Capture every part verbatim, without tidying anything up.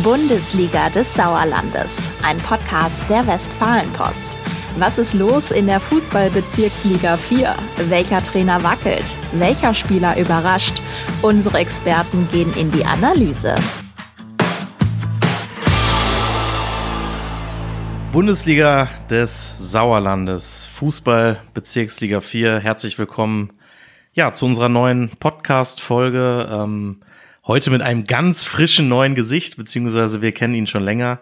Bundesliga des Sauerlandes, ein Podcast der Westfalenpost. Was ist los in der Fußball-Bezirksliga vier? Welcher Trainer wackelt? Welcher Spieler überrascht? Unsere Experten gehen in die Analyse. Bundesliga des Sauerlandes, Fußball-Bezirksliga vier. Herzlich willkommen ja, zu unserer neuen Podcast-Folge. Ähm, heute mit einem ganz frischen neuen Gesicht, beziehungsweise wir kennen ihn schon länger.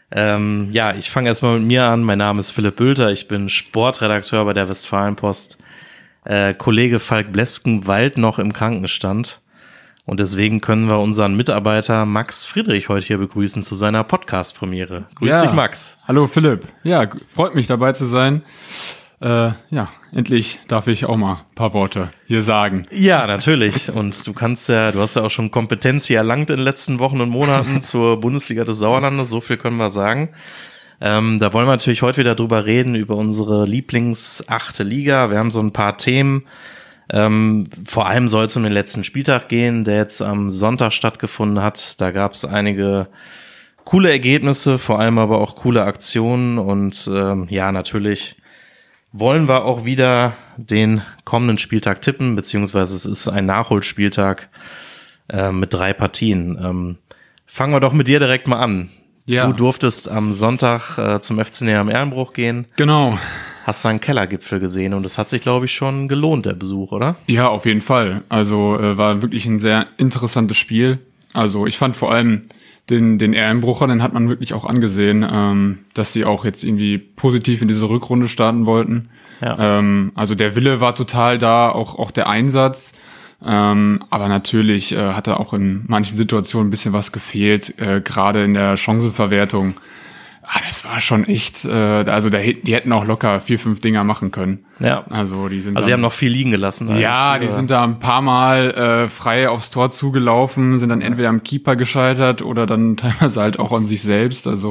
Ähm, ja, ich fange erstmal mit mir an. Mein Name ist Philipp Bülter. Ich bin Sportredakteur bei der Westfalenpost. Äh, Kollege Falk Bleskenwald noch im Krankenstand. Und deswegen können wir unseren Mitarbeiter Max Friedrich heute hier begrüßen zu seiner Podcast-Premiere. Grüß ja. dich, Max. Hallo, Philipp. Ja, freut mich dabei zu sein. Äh, ja, endlich darf ich auch mal ein paar Worte hier sagen. Ja, natürlich. Und du kannst ja, du hast ja auch schon Kompetenz hier erlangt in den letzten Wochen und Monaten zur Bundesliga des Sauerlandes. So viel können wir sagen. Ähm, da wollen wir natürlich heute wieder drüber reden, über unsere Lieblings-achte Liga. Wir haben so ein paar Themen. Ähm, vor allem soll es um den letzten Spieltag gehen, der jetzt am Sonntag stattgefunden hat. Da gab es einige coole Ergebnisse, vor allem aber auch coole Aktionen. Und ähm, ja, natürlich wollen wir auch wieder den kommenden Spieltag tippen, beziehungsweise es ist ein Nachholspieltag äh, mit drei Partien. Ähm, fangen wir doch mit dir direkt mal an. Ja. Du durftest am Sonntag äh, zum F C Neheim Erlenbruch gehen. Genau. Hast du einen Kellergipfel gesehen und es hat sich, glaube ich, schon gelohnt, der Besuch, oder? Ja, auf jeden Fall. Also äh, war wirklich ein sehr interessantes Spiel. Also ich fand vor allem den den Erlenbrucher, den hat man wirklich auch angesehen, ähm, dass sie auch jetzt irgendwie positiv in diese Rückrunde starten wollten. Ja. Ähm, also der Wille war total da, auch auch der Einsatz. Ähm, aber natürlich äh, hat da auch in manchen Situationen ein bisschen was gefehlt, äh, gerade in der Chancenverwertung. Ah, das war schon echt, äh, also da, die hätten auch locker vier, fünf Dinger machen können. Ja. Also die sind Also dann, sie haben noch viel liegen gelassen. Ja, die sind da ein paar Mal äh, frei aufs Tor zugelaufen, sind dann entweder am Keeper gescheitert oder dann teilweise halt auch an sich selbst. Also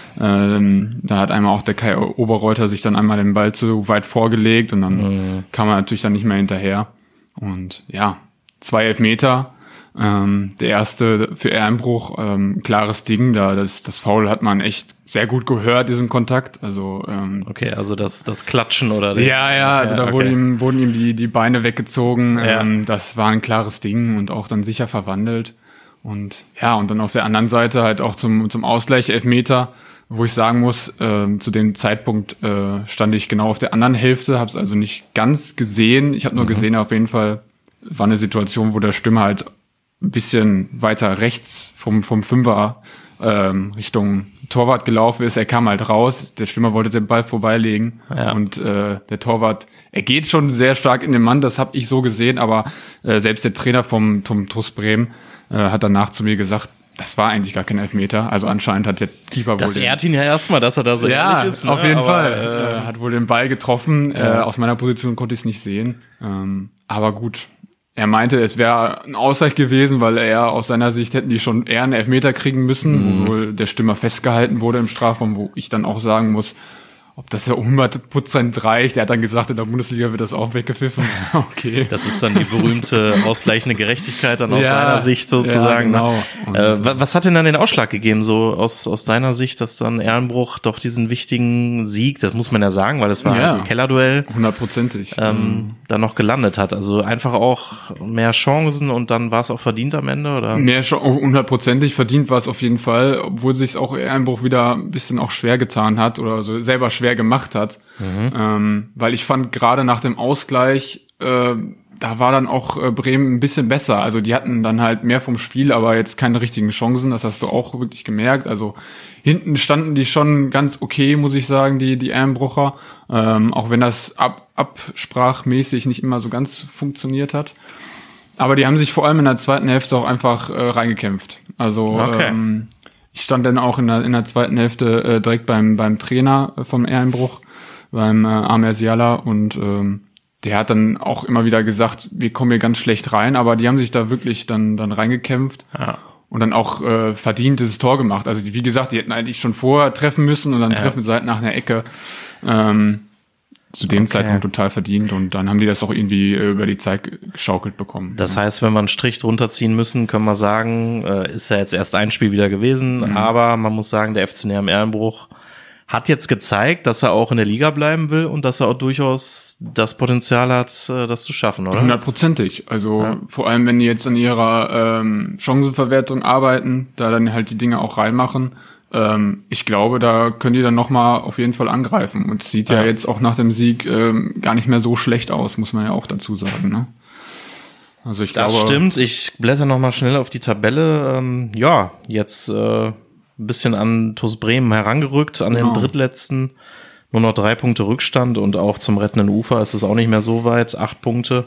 ähm, da hat einmal auch der Kai Oberreuter sich dann einmal den Ball zu weit vorgelegt und dann mhm. kam er natürlich dann nicht mehr hinterher. Und ja, zwei Elfmeter. Ähm, der erste für Erlenbruch, ähm, klares Ding, da das, das Foul hat man echt sehr gut gehört, diesen Kontakt. Also ähm, okay, also das das Klatschen oder den, ja, ja, also ja, da okay. wurden ihm wurden ihm die die Beine weggezogen. Ja. Ähm, das war ein klares Ding und auch dann sicher verwandelt. Und ja, und dann auf der anderen Seite halt auch zum zum Ausgleich Elfmeter, wo ich sagen muss, ähm, zu dem Zeitpunkt äh, stand ich genau auf der anderen Hälfte, habe es also nicht ganz gesehen. Ich habe nur mhm. gesehen, auf jeden Fall war eine Situation, wo der Stürmer halt ein bisschen weiter rechts vom vom Fünfer ähm, Richtung Torwart gelaufen ist. Er kam halt raus, der Stürmer wollte den Ball vorbeilegen ja. und äh, der Torwart, er geht schon sehr stark in den Mann, das habe ich so gesehen, aber äh, selbst der Trainer vom, vom T U S Bremen äh, hat danach zu mir gesagt, das war eigentlich gar kein Elfmeter. Also anscheinend hat der Keeper wohl... Das ehrt ihn ja erstmal, dass er da so ja, ehrlich ist. Ja, ne? auf jeden aber, Fall. Äh, äh, hat wohl den Ball getroffen. Ja. Äh, aus meiner Position konnte ich es nicht sehen. Ähm, aber gut. Er meinte, es wäre ein Ausgleich gewesen, weil er aus seiner Sicht hätten die schon eher einen Elfmeter kriegen müssen, mhm. wo wohl der Stürmer festgehalten wurde im Strafraum, wo ich dann auch sagen muss, ob das ja hundert Prozent reicht. Er hat dann gesagt, in der Bundesliga wird das auch weggepfiffen. Okay. Das ist dann die berühmte ausgleichende Gerechtigkeit dann aus ja, seiner Sicht sozusagen. Ja, genau. Äh, was hat denn dann den Ausschlag gegeben, so aus aus deiner Sicht, dass dann Erlenbruch doch diesen wichtigen Sieg, das muss man ja sagen, weil es war ja, ein Kellerduell, hundertprozentig, ähm, mhm. dann noch gelandet hat. Also einfach auch mehr Chancen und dann war es auch verdient am Ende, oder? Mehr hundertprozentig verdient war es auf jeden Fall, obwohl sich auch Erlenbruch wieder ein bisschen auch schwer getan hat oder so selber schwer gemacht hat, mhm. ähm, weil ich fand gerade nach dem Ausgleich, äh, da war dann auch äh, Bremen ein bisschen besser, also die hatten dann halt mehr vom Spiel, aber jetzt keine richtigen Chancen, das hast du auch wirklich gemerkt, also hinten standen die schon ganz okay, muss ich sagen, die die Erlenbrucher, ähm, auch wenn das ab, absprachmäßig nicht immer so ganz funktioniert hat, aber die haben sich vor allem in der zweiten Hälfte auch einfach äh, reingekämpft, also okay. ähm, ich stand dann auch in der, in der zweiten Hälfte äh, direkt beim beim Trainer vom Erlenbruch, beim äh, Amer Siala und ähm, der hat dann auch immer wieder gesagt, wir kommen hier ganz schlecht rein, aber die haben sich da wirklich dann dann reingekämpft ja. und dann auch äh, verdient dieses Tor gemacht. Also die, wie gesagt, die hätten eigentlich schon vorher treffen müssen und dann ja. treffen sie halt nach einer Ecke. Ähm, zu dem okay. Zeitpunkt total verdient und dann haben die das auch irgendwie über die Zeit geschaukelt bekommen. Das heißt, wenn wir einen Strich drunter ziehen müssen, können wir sagen, äh, ist ja jetzt erst ein Spiel wieder gewesen, mhm. aber man muss sagen, der F C Neheim-Erlenbruch hat jetzt gezeigt, dass er auch in der Liga bleiben will und dass er auch durchaus das Potenzial hat, das zu schaffen, oder? Hundertprozentig. Also ja. vor allem, wenn die jetzt an ihrer ähm, Chancenverwertung arbeiten, da dann halt die Dinge auch reinmachen. Ähm, ich glaube, da können die dann nochmal auf jeden Fall angreifen. Und es sieht ja. ja jetzt auch nach dem Sieg ähm, gar nicht mehr so schlecht aus, muss man ja auch dazu sagen, ne? Also ich das glaube, stimmt. Ich blätter nochmal schnell auf die Tabelle. Ähm, ja, jetzt äh, ein bisschen an TuS Bremen herangerückt, an genau. den drittletzten. Nur noch drei Punkte Rückstand und auch zum rettenden Ufer ist es auch nicht mehr so weit. Acht Punkte.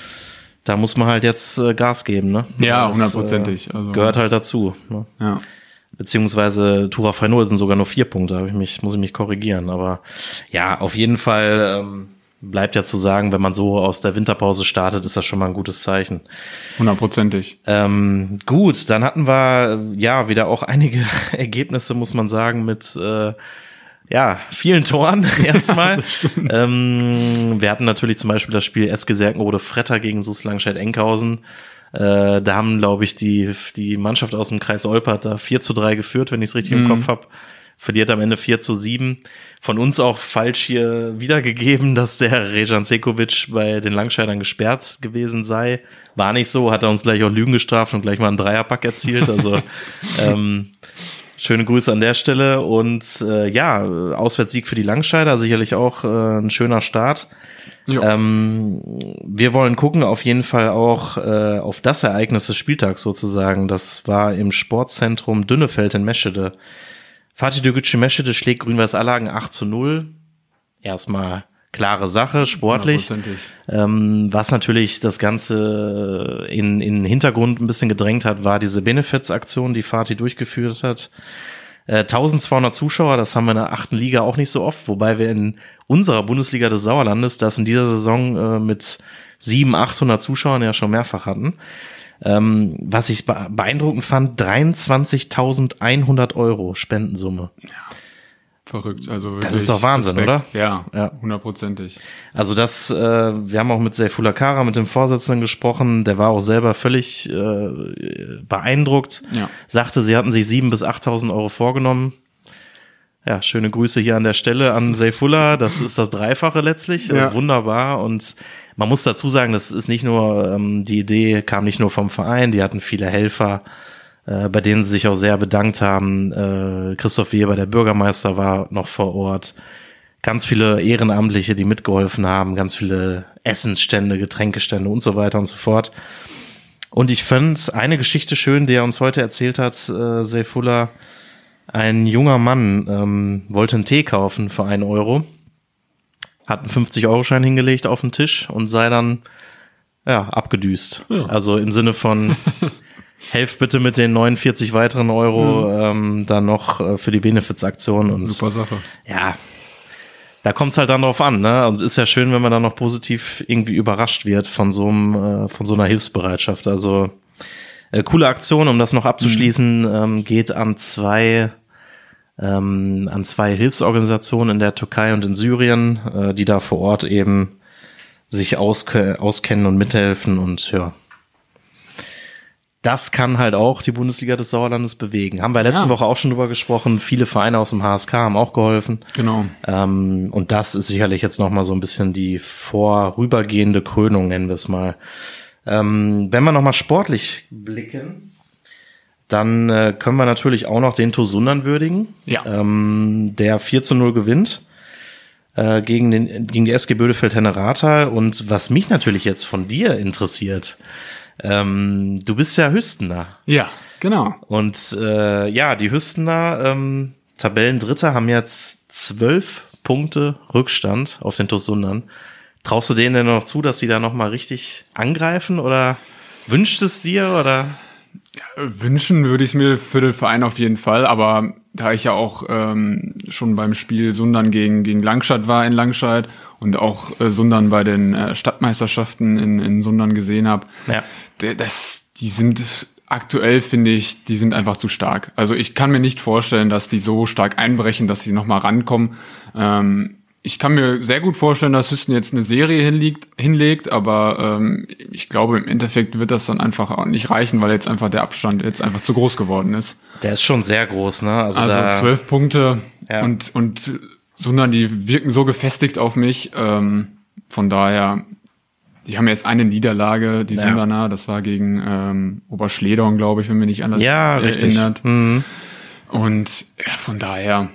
Da muss man halt jetzt äh, Gas geben, ne? Ja, hundertprozentig. Äh, also gehört halt dazu. Ne? Ja. Beziehungsweise Tura Freinol sind sogar nur vier Punkte. Hab ich mich, muss ich mich korrigieren. Aber ja, auf jeden Fall ähm, bleibt ja zu sagen, wenn man so aus der Winterpause startet, ist das schon mal ein gutes Zeichen. Hundertprozentig. Ähm, gut, dann hatten wir ja wieder auch einige Ergebnisse, muss man sagen, mit äh, ja vielen Toren erstmal. ähm, wir hatten natürlich zum Beispiel das Spiel S G Serkenrode-Fretter gegen S U S Langscheid-Enkhausen. Äh, da haben, glaube ich, die die Mannschaft aus dem Kreis Olpert da vier zu drei geführt, wenn ich es richtig mhm. im Kopf habe. Verliert am Ende vier zu sieben. Von uns auch falsch hier wiedergegeben, dass der Rejan Sekovic bei den Langscheidern gesperrt gewesen sei. War nicht so, hat er uns gleich auch Lügen gestraft und gleich mal einen Dreierpack erzielt. Also ähm, schöne Grüße an der Stelle. Und äh, ja, Auswärtssieg für die Langscheider, sicherlich auch äh, ein schöner Start. Ähm, wir wollen gucken auf jeden Fall auch äh, auf das Ereignis des Spieltags sozusagen. Das war im Sportzentrum Dünnefeld in Meschede. Fatih Dögücü Meschede schlägt Grün-Weiß Allagen acht zu null. Erstmal klare Sache, sportlich. Ähm, was natürlich das Ganze in, in den Hintergrund ein bisschen gedrängt hat, war diese Benefits-Aktion, die Fatih durchgeführt hat. Äh, eintausendzweihundert Zuschauer, das haben wir in der achten Liga auch nicht so oft, wobei wir in unserer Bundesliga des Sauerlandes das in dieser Saison äh, mit siebenhundert, achthundert Zuschauern ja schon mehrfach hatten. Ähm, was ich beeindruckend fand, dreiundzwanzigtausendeinhundert Euro Spendensumme. Ja, verrückt. Also das ist doch Wahnsinn, Respekt. Oder? Ja, ja, hundertprozentig. Also das, äh, wir haben auch mit Seyfullah Kara, mit dem Vorsitzenden gesprochen, der war auch selber völlig äh, beeindruckt, ja. Sagte, sie hatten sich siebentausend bis achttausend Euro vorgenommen. Ja, schöne Grüße hier an der Stelle an Seyfullah, das ist das Dreifache letztlich, ja. Wunderbar. Und man muss dazu sagen, das ist nicht nur, ähm, die Idee kam nicht nur vom Verein, die hatten viele Helfer, äh, bei denen sie sich auch sehr bedankt haben. Äh, Christoph Weber, der Bürgermeister, war noch vor Ort. Ganz viele Ehrenamtliche, die mitgeholfen haben, ganz viele Essensstände, Getränkestände und so weiter und so fort. Und ich fand eine Geschichte schön, die er uns heute erzählt hat, äh, Seyfullah. Ein junger Mann ähm, wollte einen Tee kaufen für einen Euro, hat einen fünfzig-Euro-Schein hingelegt auf den Tisch und sei dann ja abgedüst. Ja. Also im Sinne von helft bitte mit den neunundvierzig weiteren Euro mhm. ähm, dann noch äh, für die Benefits-Aktion. Und super Sache. Ja, da kommt es halt dann drauf an, ne? Und es ist ja schön, wenn man dann noch positiv irgendwie überrascht wird von so einem, äh, von so einer Hilfsbereitschaft. Also äh, coole Aktion, um das noch abzuschließen, mhm. ähm, geht an zwei ähm, an zwei Hilfsorganisationen in der Türkei und in Syrien, äh, die da vor Ort eben sich auske- auskennen und mithelfen und ja. Das kann halt auch die Bundesliga des Sauerlandes bewegen. Haben wir letzte ja. Woche auch schon drüber gesprochen. Viele Vereine aus dem H S K haben auch geholfen. Genau. Ähm, und das ist sicherlich jetzt nochmal so ein bisschen die vorübergehende Krönung, nennen wir es mal. Ähm, wenn wir nochmal sportlich blicken, dann äh, können wir natürlich auch noch den TuS Sundern würdigen, ja. ähm, der vier zu null gewinnt äh, gegen, den, gegen die S G Bödefeld-Henne-Rathal. Und was mich natürlich jetzt von dir interessiert, Ähm, du bist ja Hüstener. Ja, genau. Und äh, ja, die Hüstener ähm, Tabellendritter haben jetzt zwölf Punkte Rückstand auf den TuS Sundern. Traust du denen denn noch zu, dass sie da nochmal richtig angreifen oder wünscht es dir oder? Ja, wünschen würde ich es mir für den Verein auf jeden Fall, aber da ich ja auch ähm, schon beim Spiel Sundern gegen gegen Langscheid war in Langscheid und auch äh, Sundern bei den äh, Stadtmeisterschaften in, in Sundern gesehen habe, ja. das, die sind aktuell, finde ich, die sind einfach zu stark. Also ich kann mir nicht vorstellen, dass die so stark einbrechen, dass sie nochmal rankommen. Ähm, ich kann mir sehr gut vorstellen, dass Hüsten jetzt eine Serie hinlegt, hinlegt, aber ähm, ich glaube, im Endeffekt wird das dann einfach auch nicht reichen, weil jetzt einfach der Abstand jetzt einfach zu groß geworden ist. Der ist schon sehr groß, ne? Also, also zwölf Punkte ja. und und Sundern, die wirken so gefestigt auf mich. Ähm, von daher, die haben jetzt eine Niederlage, die ja. Sunderner, das war gegen ähm, Oberschledorn, glaube ich, wenn mich nicht anders ja, erinnert. Richtig. Mhm. Und ja, von daher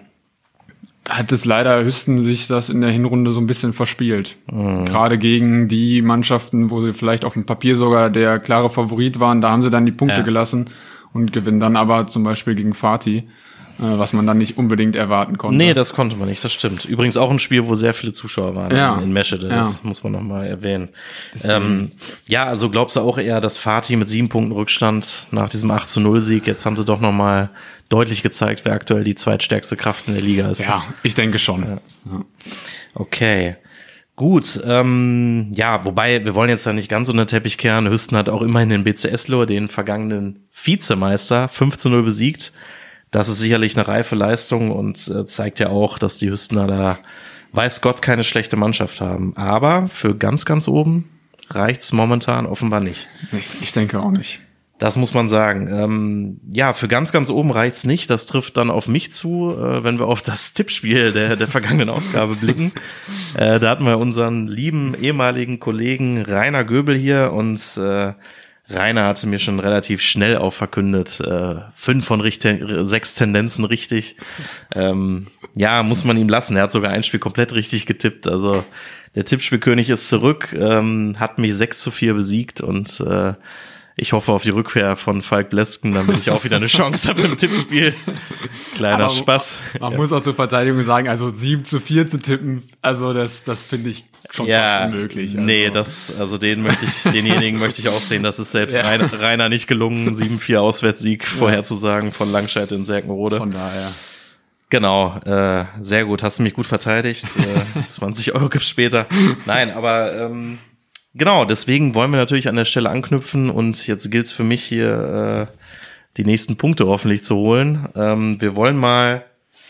hat es leider Hüsten sich das in der Hinrunde so ein bisschen verspielt. Mhm. Gerade gegen die Mannschaften, wo sie vielleicht auf dem Papier sogar der klare Favorit waren, da haben sie dann die Punkte ja. gelassen und gewinnen dann aber zum Beispiel gegen Fatih, was man dann nicht unbedingt erwarten konnte. Nee, das konnte man nicht, das stimmt. Übrigens auch ein Spiel, wo sehr viele Zuschauer waren ja. in Meschede, das ja. muss man nochmal erwähnen. Ähm, ja, also glaubst du auch eher, dass Fatih mit sieben Punkten Rückstand nach diesem acht zu null Sieg, jetzt haben sie doch nochmal deutlich gezeigt, wer aktuell die zweitstärkste Kraft in der Liga ist. Ja, ich denke schon. Ja. Ja. Okay. Gut, ähm, ja, wobei, wir wollen jetzt ja nicht ganz unter den Teppich kehren. Hüsten hat auch immerhin den B C Eslohe, den vergangenen Vizemeister, fünf zu null besiegt. Das ist sicherlich eine reife Leistung und äh, zeigt ja auch, dass die Hüstener da, weiß Gott, keine schlechte Mannschaft haben. Aber für ganz, ganz oben reicht's momentan offenbar nicht. Ich denke auch nicht. Das muss man sagen. Ähm, ja, für ganz, ganz oben reicht's nicht. Das trifft dann auf mich zu, äh, wenn wir auf das Tippspiel der, der vergangenen Ausgabe blicken. Äh, da hatten wir unseren lieben ehemaligen Kollegen Rainer Göbel hier und äh, Rainer hatte mir schon relativ schnell auch verkündet, äh, fünf von richtig, sechs Tendenzen richtig. Ähm, ja, muss man ihm lassen. Er hat sogar ein Spiel komplett richtig getippt. Also der Tippspielkönig ist zurück, ähm, hat mich sechs zu vier besiegt und äh, ich hoffe auf die Rückkehr von Falk Blesken, damit ich auch wieder eine Chance habe im Tippspiel. Kleiner Aber Spaß. Man ja. muss auch zur Verteidigung sagen, also sieben zu vier zu tippen, also das, das finde ich schon ja, fast unmöglich. Also. Nee, das, also den möchte ich, denjenigen möchte ich auch sehen. Das ist selbst ja. Rainer, Rainer nicht gelungen, sieben vier Auswärtssieg ja. vorherzusagen von Langscheid in Serkenrode. Von daher. Genau, äh, sehr gut. Hast du mich gut verteidigt. äh, zwanzig Euro gibt's später. Nein, aber ähm, genau, deswegen wollen wir natürlich an der Stelle anknüpfen und jetzt gilt's für mich hier, äh, die nächsten Punkte hoffentlich zu holen. Ähm, wir wollen mal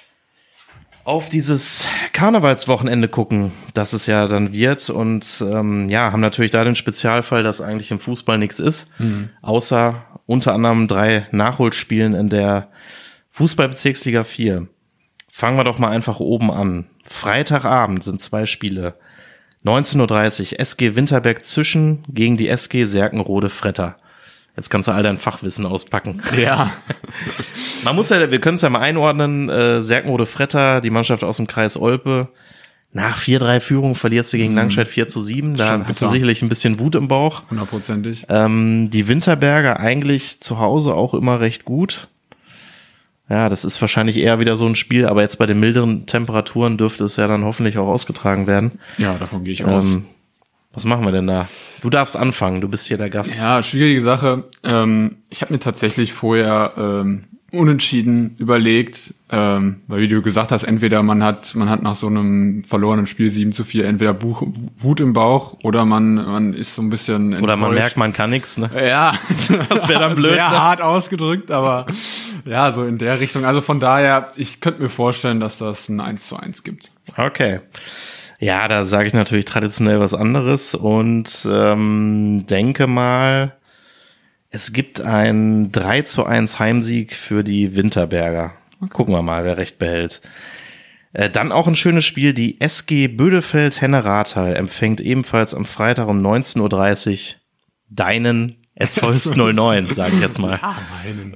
auf dieses Karnevalswochenende gucken, das es ja dann wird und ähm, ja, haben natürlich da den Spezialfall, dass eigentlich im Fußball nichts ist, mhm. außer unter anderem drei Nachholspielen in der Fußballbezirksliga vier. Fangen wir doch mal einfach oben an. Freitagabend sind zwei Spiele. neunzehn Uhr dreißig S G Winterberg-Zischen gegen die S G Serkenrode-Fretter. Jetzt kannst du all dein Fachwissen auspacken. Ja. Man muss ja, wir können es ja mal einordnen, äh, Serkenrode-Fretter, die Mannschaft aus dem Kreis Olpe. Nach vier drei Führung verlierst du gegen mhm. Langscheid vier zu sieben. Da Schon hast bitter. du sicherlich ein bisschen Wut im Bauch. Hundertprozentig. Ähm, die Winterberger eigentlich zu Hause auch immer recht gut. Ja, das ist wahrscheinlich eher wieder so ein Spiel, aber jetzt bei den milderen Temperaturen dürfte es ja dann hoffentlich auch ausgetragen werden. Ja, davon gehe ich aus. Ähm, was machen wir denn da? Du darfst anfangen, du bist hier der Gast. Ja, schwierige Sache. Ähm, ich habe mir tatsächlich vorher ähm, unentschieden überlegt, ähm, weil wie du gesagt hast, entweder man hat man hat nach so einem verlorenen Spiel sieben zu vier entweder Buch, Wut im Bauch oder man man ist so ein bisschen enttäuscht. Oder man merkt, man kann nichts, ne? Ja, das wäre dann blöd. Sehr ne? hart ausgedrückt, aber ja, so in der Richtung. Also von daher, ich könnte mir vorstellen, dass das ein eins zu eins gibt. Okay. Ja, da sage ich natürlich traditionell was anderes und ähm, denke mal, es gibt ein drei zu eins Heimsieg für die Winterberger. Gucken wir mal, wer recht behält. Äh, dann auch ein schönes Spiel. Die S G Bödefeld-Henne-Rathal empfängt ebenfalls am Freitag um neunzehn Uhr dreißig deinen S V Hüsten null neun, sage ich jetzt mal. Ja, meinen.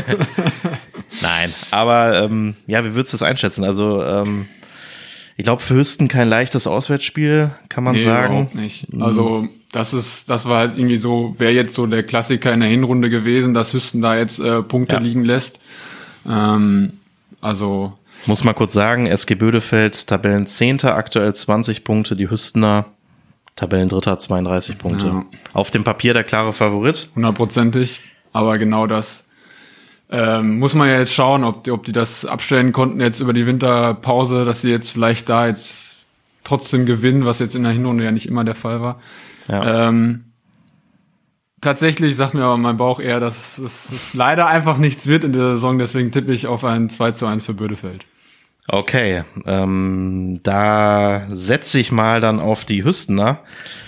Nein, aber ähm, ja, wie würdest du das einschätzen? Also ähm, ich glaube, für Hüsten kein leichtes Auswärtsspiel, kann man nee, sagen. Überhaupt nicht. Also das ist, das war halt irgendwie so, wäre jetzt so der Klassiker in der Hinrunde gewesen, dass Hüsten da jetzt äh, Punkte ja. liegen lässt. Ähm, also muss mal kurz sagen, S G Bödefeld Tabellenzehnter, aktuell zwanzig Punkte, die Hüstener Tabellendritter zweiunddreißig Punkte. Ja. Auf dem Papier der klare Favorit. Hundertprozentig, aber genau das Ähm, muss man ja jetzt schauen, ob die, ob die das abstellen konnten jetzt über die Winterpause, dass sie jetzt vielleicht da jetzt trotzdem gewinnen, was jetzt in der Hinrunde ja nicht immer der Fall war. Ja. Ähm, tatsächlich sagt mir aber mein Bauch eher, dass es leider einfach nichts wird in der Saison, deswegen tippe ich auf ein zwei zu eins für Bödefeld. Okay, ähm, da setze ich mal dann auf die Hüstener.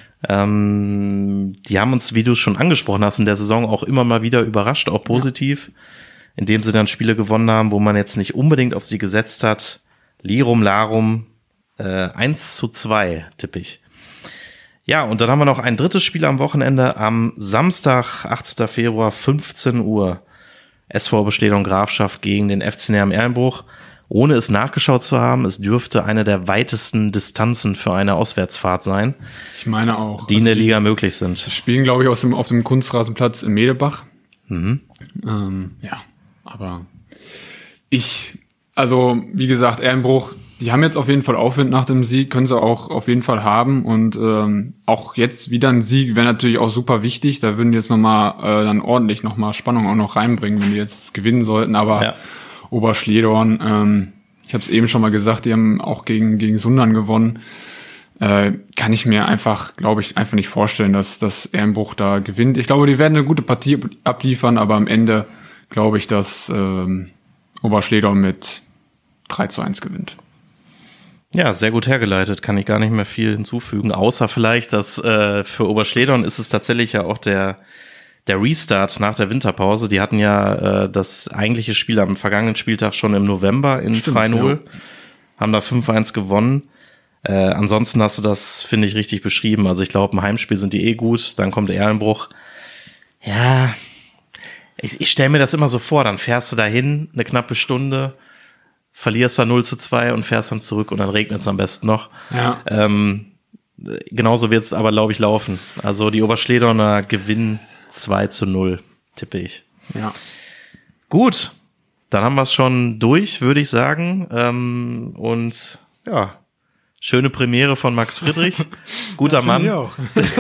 Ähm, die haben uns, wie du es schon angesprochen hast, in der Saison auch immer mal wieder überrascht, auch positiv, ja. Indem sie dann Spiele gewonnen haben, wo man jetzt nicht unbedingt auf sie gesetzt hat. Lirum Larum, äh, eins zu zwei tippe ich. Ja, und dann haben wir noch ein drittes Spiel am Wochenende, am Samstag, achtzehnten Februar, fünfzehn Uhr. S V Oberschledorn Grafschaft gegen den F C Neheim Erlenbruch. Ohne es nachgeschaut zu haben, es dürfte eine der weitesten Distanzen für eine Auswärtsfahrt sein. Ich meine auch. Die also in der Liga möglich sind. Spielen, glaube ich, aus dem, auf dem Kunstrasenplatz in Medebach. Mhm. Ähm, ja, aber ich, also wie gesagt, Erlenbruch, die haben jetzt auf jeden Fall Aufwind nach dem Sieg, können sie auch auf jeden Fall haben. Und ähm, auch jetzt wieder ein Sieg wäre natürlich auch super wichtig. Da würden die jetzt nochmal äh, dann ordentlich nochmal Spannung auch noch reinbringen, wenn die jetzt gewinnen sollten. Aber ja. Oberschledorn, ähm, ich habe es eben schon mal gesagt, die haben auch gegen gegen Sundern gewonnen. Äh, kann ich mir einfach, glaube ich, einfach nicht vorstellen, dass dass Erlenbruch da gewinnt. Ich glaube, die werden eine gute Partie abliefern, aber am Ende glaube ich, dass ähm, Oberschledorn mit drei zu eins gewinnt. Ja, sehr gut hergeleitet, kann ich gar nicht mehr viel hinzufügen, außer vielleicht, dass äh, für Oberschledorn ist es tatsächlich ja auch der der Restart nach der Winterpause. Die hatten ja äh, das eigentliche Spiel am vergangenen Spieltag schon im November in Freinol, ja. Haben da fünf eins gewonnen. Äh, ansonsten hast du das, finde ich, richtig beschrieben. Also ich glaube, im Heimspiel sind die eh gut, dann kommt der Erlenbruch. Ja, ich, ich stelle mir das immer so vor, dann fährst du dahin, eine knappe Stunde, verlierst da null zu zwei und fährst dann zurück und dann regnet es am besten noch. Ja. Ähm, genauso wird es aber, glaube ich, laufen. Also die Oberschledorner gewinnen zwei zu null, tippe ich. Ja. Gut, dann haben wir es schon durch, würde ich sagen. Ähm, und ja, schöne Premiere von Max Friedrich. Guter ja, Mann. Ich, auch.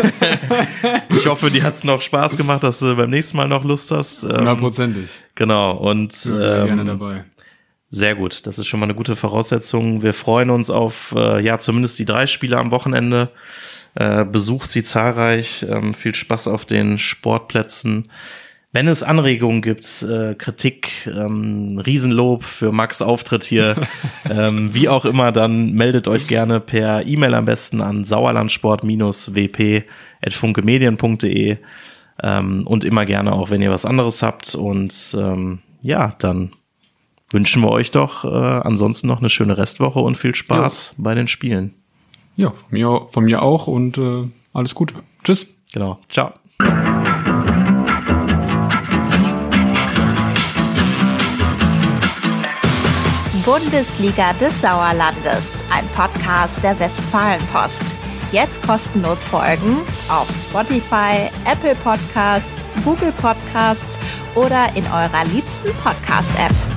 Ich hoffe, dir hat es noch Spaß gemacht, dass du beim nächsten Mal noch Lust hast. Hundertprozentig. Ähm, genau. Und ich bin ähm, gerne dabei. Sehr gut, das ist schon mal eine gute Voraussetzung. Wir freuen uns auf äh, ja zumindest die drei Spiele am Wochenende. Äh, besucht sie zahlreich. Ähm, viel Spaß auf den Sportplätzen. Wenn es Anregungen gibt, äh, Kritik, ähm, Riesenlob für Max' Auftritt hier, ähm, wie auch immer, dann meldet euch gerne per E-Mail am besten an sauerlandsport w p at funkemedien punkt de ähm, und immer gerne auch, wenn ihr was anderes habt. Und ähm, ja, dann wünschen wir euch doch äh, ansonsten noch eine schöne Restwoche und viel Spaß jo. bei den Spielen. Ja, von mir, von mir auch und äh, alles Gute. Tschüss. Genau. Ciao. Bundesliga des Sauerlandes, ein Podcast der Westfalenpost. Jetzt kostenlos folgen auf Spotify, Apple Podcasts, Google Podcasts oder in eurer liebsten Podcast-App.